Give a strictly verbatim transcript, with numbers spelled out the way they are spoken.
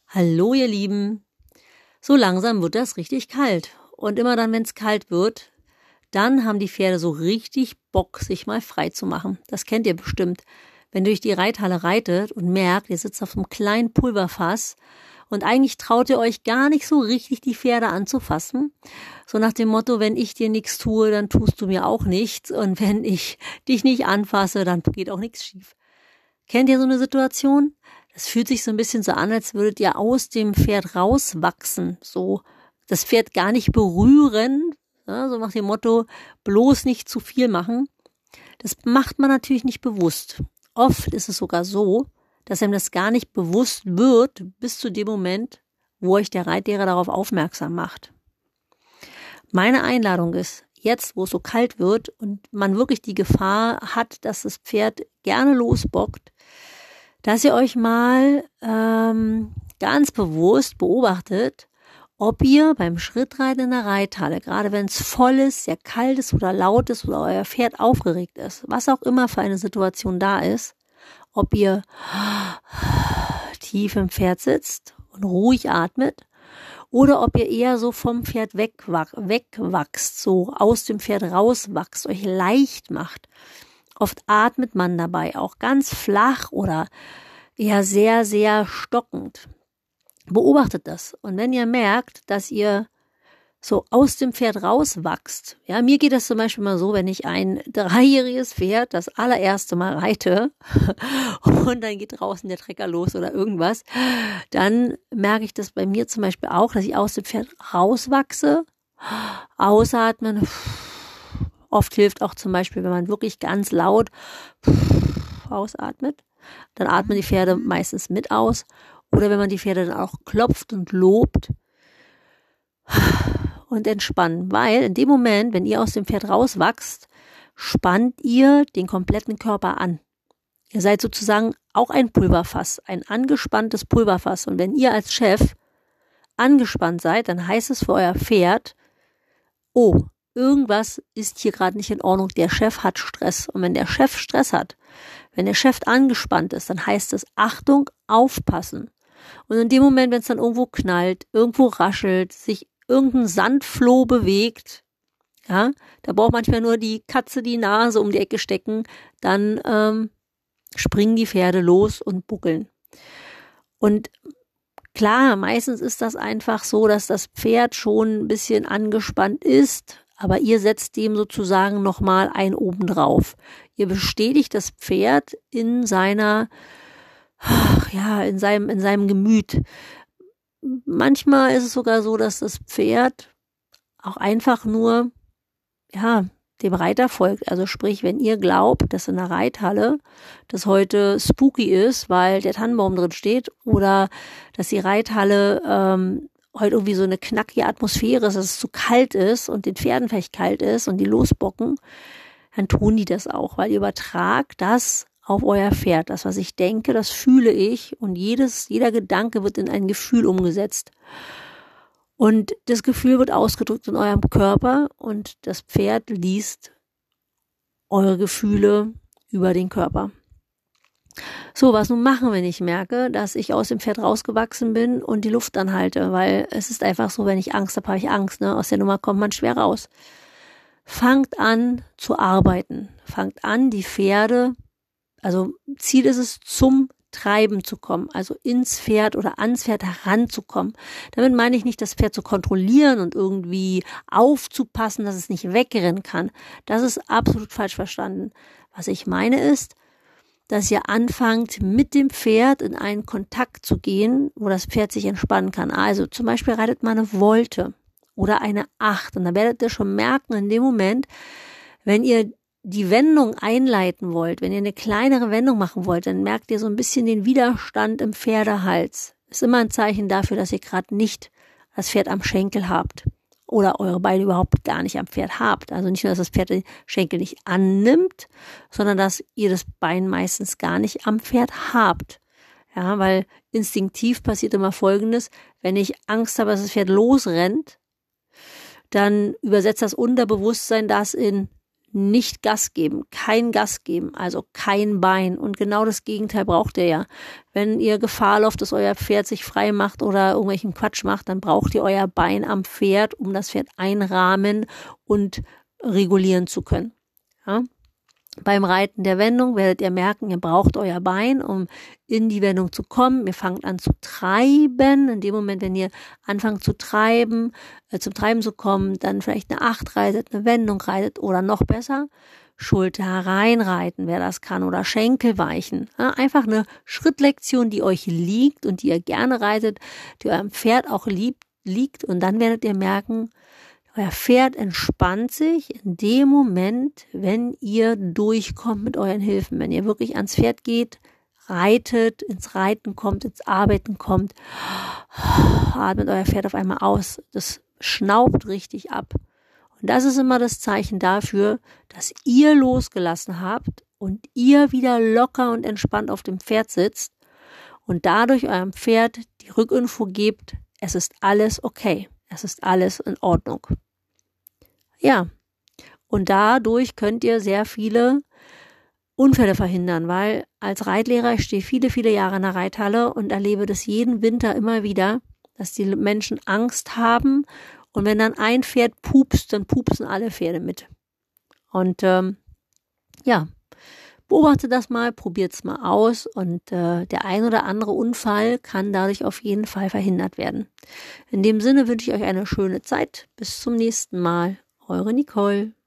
Hallo ihr Lieben, so langsam wird das richtig kalt und immer dann, wenn es kalt wird, dann haben die Pferde so richtig Bock, sich mal frei zu machen. Das kennt ihr bestimmt, wenn ihr durch die Reithalle reitet und merkt, ihr sitzt auf einem kleinen Pulverfass und eigentlich traut ihr euch gar nicht so richtig, die Pferde anzufassen. So nach dem Motto, wenn ich dir nichts tue, dann tust du mir auch nichts und wenn ich dich nicht anfasse, dann geht auch nichts schief. Kennt ihr so eine Situation? Das fühlt sich so ein bisschen so an, als würdet ihr aus dem Pferd rauswachsen, so das Pferd gar nicht berühren, ja, so nach dem Motto, bloß nicht zu viel machen. Das macht man natürlich nicht bewusst. Oft ist es sogar so, dass einem das gar nicht bewusst wird, bis zu dem Moment, wo euch der Reitlehrer darauf aufmerksam macht. Meine Einladung ist, jetzt, wo es so kalt wird und man wirklich die Gefahr hat, dass das Pferd gerne losbockt, dass ihr euch mal ähm, ganz bewusst beobachtet, ob ihr beim Schrittreiten in der Reithalle, gerade wenn es voll ist, sehr kalt ist oder laut ist oder euer Pferd aufgeregt ist, was auch immer für eine Situation da ist, ob ihr tief im Pferd sitzt und ruhig atmet oder ob ihr eher so vom Pferd wegwach, wegwachst, so aus dem Pferd rauswachst, euch leicht macht. Oft atmet man dabei auch ganz flach oder eher sehr, sehr stockend. Beobachtet das. Und wenn ihr merkt, dass ihr so aus dem Pferd rauswachst, ja, mir geht das zum Beispiel mal so, wenn ich ein dreijähriges Pferd das allererste Mal reite und dann geht draußen der Trecker los oder irgendwas, dann merke ich das bei mir zum Beispiel auch, dass ich aus dem Pferd rauswachse, ausatmen. Oft hilft auch zum Beispiel, wenn man wirklich ganz laut ausatmet, dann atmen die Pferde meistens mit aus. Oder wenn man die Pferde dann auch klopft und lobt und entspannen. Weil in dem Moment, wenn ihr aus dem Pferd rauswachst, spannt ihr den kompletten Körper an. Ihr seid sozusagen auch ein Pulverfass, ein angespanntes Pulverfass. Und wenn ihr als Chef angespannt seid, dann heißt es für euer Pferd, oh, irgendwas ist hier gerade nicht in Ordnung, der Chef hat Stress. Und wenn der Chef Stress hat, wenn der Chef angespannt ist, dann heißt es, Achtung, aufpassen. Und in dem Moment, wenn es dann irgendwo knallt, irgendwo raschelt, sich irgendein Sandfloh bewegt, ja, da braucht manchmal nur die Katze die Nase um die Ecke stecken, dann ähm, springen die Pferde los und buckeln. Und klar, meistens ist das einfach so, dass das Pferd schon ein bisschen angespannt ist, aber ihr setzt dem sozusagen nochmal ein obendrauf. Ihr bestätigt das Pferd in seiner, ja, in seinem, in seinem Gemüt. Manchmal ist es sogar so, dass das Pferd auch einfach nur, ja, dem Reiter folgt. Also sprich, wenn ihr glaubt, dass in der Reithalle das heute spooky ist, weil der Tannenbaum drin steht, oder dass die Reithalle ähm, heute irgendwie so eine knackige Atmosphäre ist, dass es zu kalt ist und den Pferden vielleicht kalt ist und die losbocken, dann tun die das auch, weil ihr übertragt das auf euer Pferd. Das, was ich denke, das fühle ich und jedes, jeder Gedanke wird in ein Gefühl umgesetzt. Und das Gefühl wird ausgedrückt in eurem Körper und das Pferd liest eure Gefühle über den Körper. So, was nun machen, wenn ich merke, dass ich aus dem Pferd rausgewachsen bin und die Luft anhalte? Weil es ist einfach so, wenn ich Angst habe, habe ich Angst. Ne? Aus der Nummer kommt man schwer raus. Fangt an zu arbeiten. Fangt an, die Pferde, also Ziel ist es, zum Treiben zu kommen, also ins Pferd oder ans Pferd heranzukommen. Damit meine ich nicht, das Pferd zu kontrollieren und irgendwie aufzupassen, dass es nicht wegrennen kann. Das ist absolut falsch verstanden. Was ich meine ist, dass ihr anfangt, mit dem Pferd in einen Kontakt zu gehen, wo das Pferd sich entspannen kann. Also zum Beispiel reitet man eine Volte oder eine Acht. Und dann werdet ihr schon merken, in dem Moment, wenn ihr die Wendung einleiten wollt, wenn ihr eine kleinere Wendung machen wollt, dann merkt ihr so ein bisschen den Widerstand im Pferdehals. Ist immer ein Zeichen dafür, dass ihr gerade nicht das Pferd am Schenkel habt oder eure Beine überhaupt gar nicht am Pferd habt. Also nicht nur, dass das Pferd den Schenkel nicht annimmt, sondern dass ihr das Bein meistens gar nicht am Pferd habt. Ja, weil instinktiv passiert immer Folgendes: Wenn ich Angst habe, dass das Pferd losrennt, dann übersetzt das Unterbewusstsein das in nicht Gas geben, kein Gas geben, also kein Bein. Und genau das Gegenteil braucht ihr ja. Wenn ihr Gefahr lauft, dass euer Pferd sich frei macht oder irgendwelchen Quatsch macht, dann braucht ihr euer Bein am Pferd, um das Pferd einrahmen und regulieren zu können. Ja? Beim Reiten der Wendung werdet ihr merken, ihr braucht euer Bein, um in die Wendung zu kommen. Ihr fangt an zu treiben. In dem Moment, wenn ihr anfangt zu treiben, äh, zum Treiben zu kommen, dann vielleicht eine Acht reitet, eine Wendung reitet oder noch besser, Schulter hereinreiten, wer das kann, oder Schenkel weichen. Ja, einfach eine Schrittlektion, die euch liegt und die ihr gerne reitet, die eurem Pferd auch liebt, liegt. Und dann werdet ihr merken, euer Pferd entspannt sich in dem Moment, wenn ihr durchkommt mit euren Hilfen. Wenn ihr wirklich ans Pferd geht, reitet, ins Reiten kommt, ins Arbeiten kommt, atmet euer Pferd auf einmal aus. Das schnaubt richtig ab. Und das ist immer das Zeichen dafür, dass ihr losgelassen habt und ihr wieder locker und entspannt auf dem Pferd sitzt und dadurch eurem Pferd die Rückinfo gebt, es ist alles okay, es ist alles in Ordnung. Ja, und dadurch könnt ihr sehr viele Unfälle verhindern, weil als Reitlehrer, ich stehe viele, viele Jahre in der Reithalle und erlebe das jeden Winter immer wieder, dass die Menschen Angst haben und wenn dann ein Pferd pupst, dann pupsen alle Pferde mit. Und ähm, ja, beobachtet das mal, probiert es mal aus und äh, der ein oder andere Unfall kann dadurch auf jeden Fall verhindert werden. In dem Sinne wünsche ich euch eine schöne Zeit. Bis zum nächsten Mal. Eure Nicole.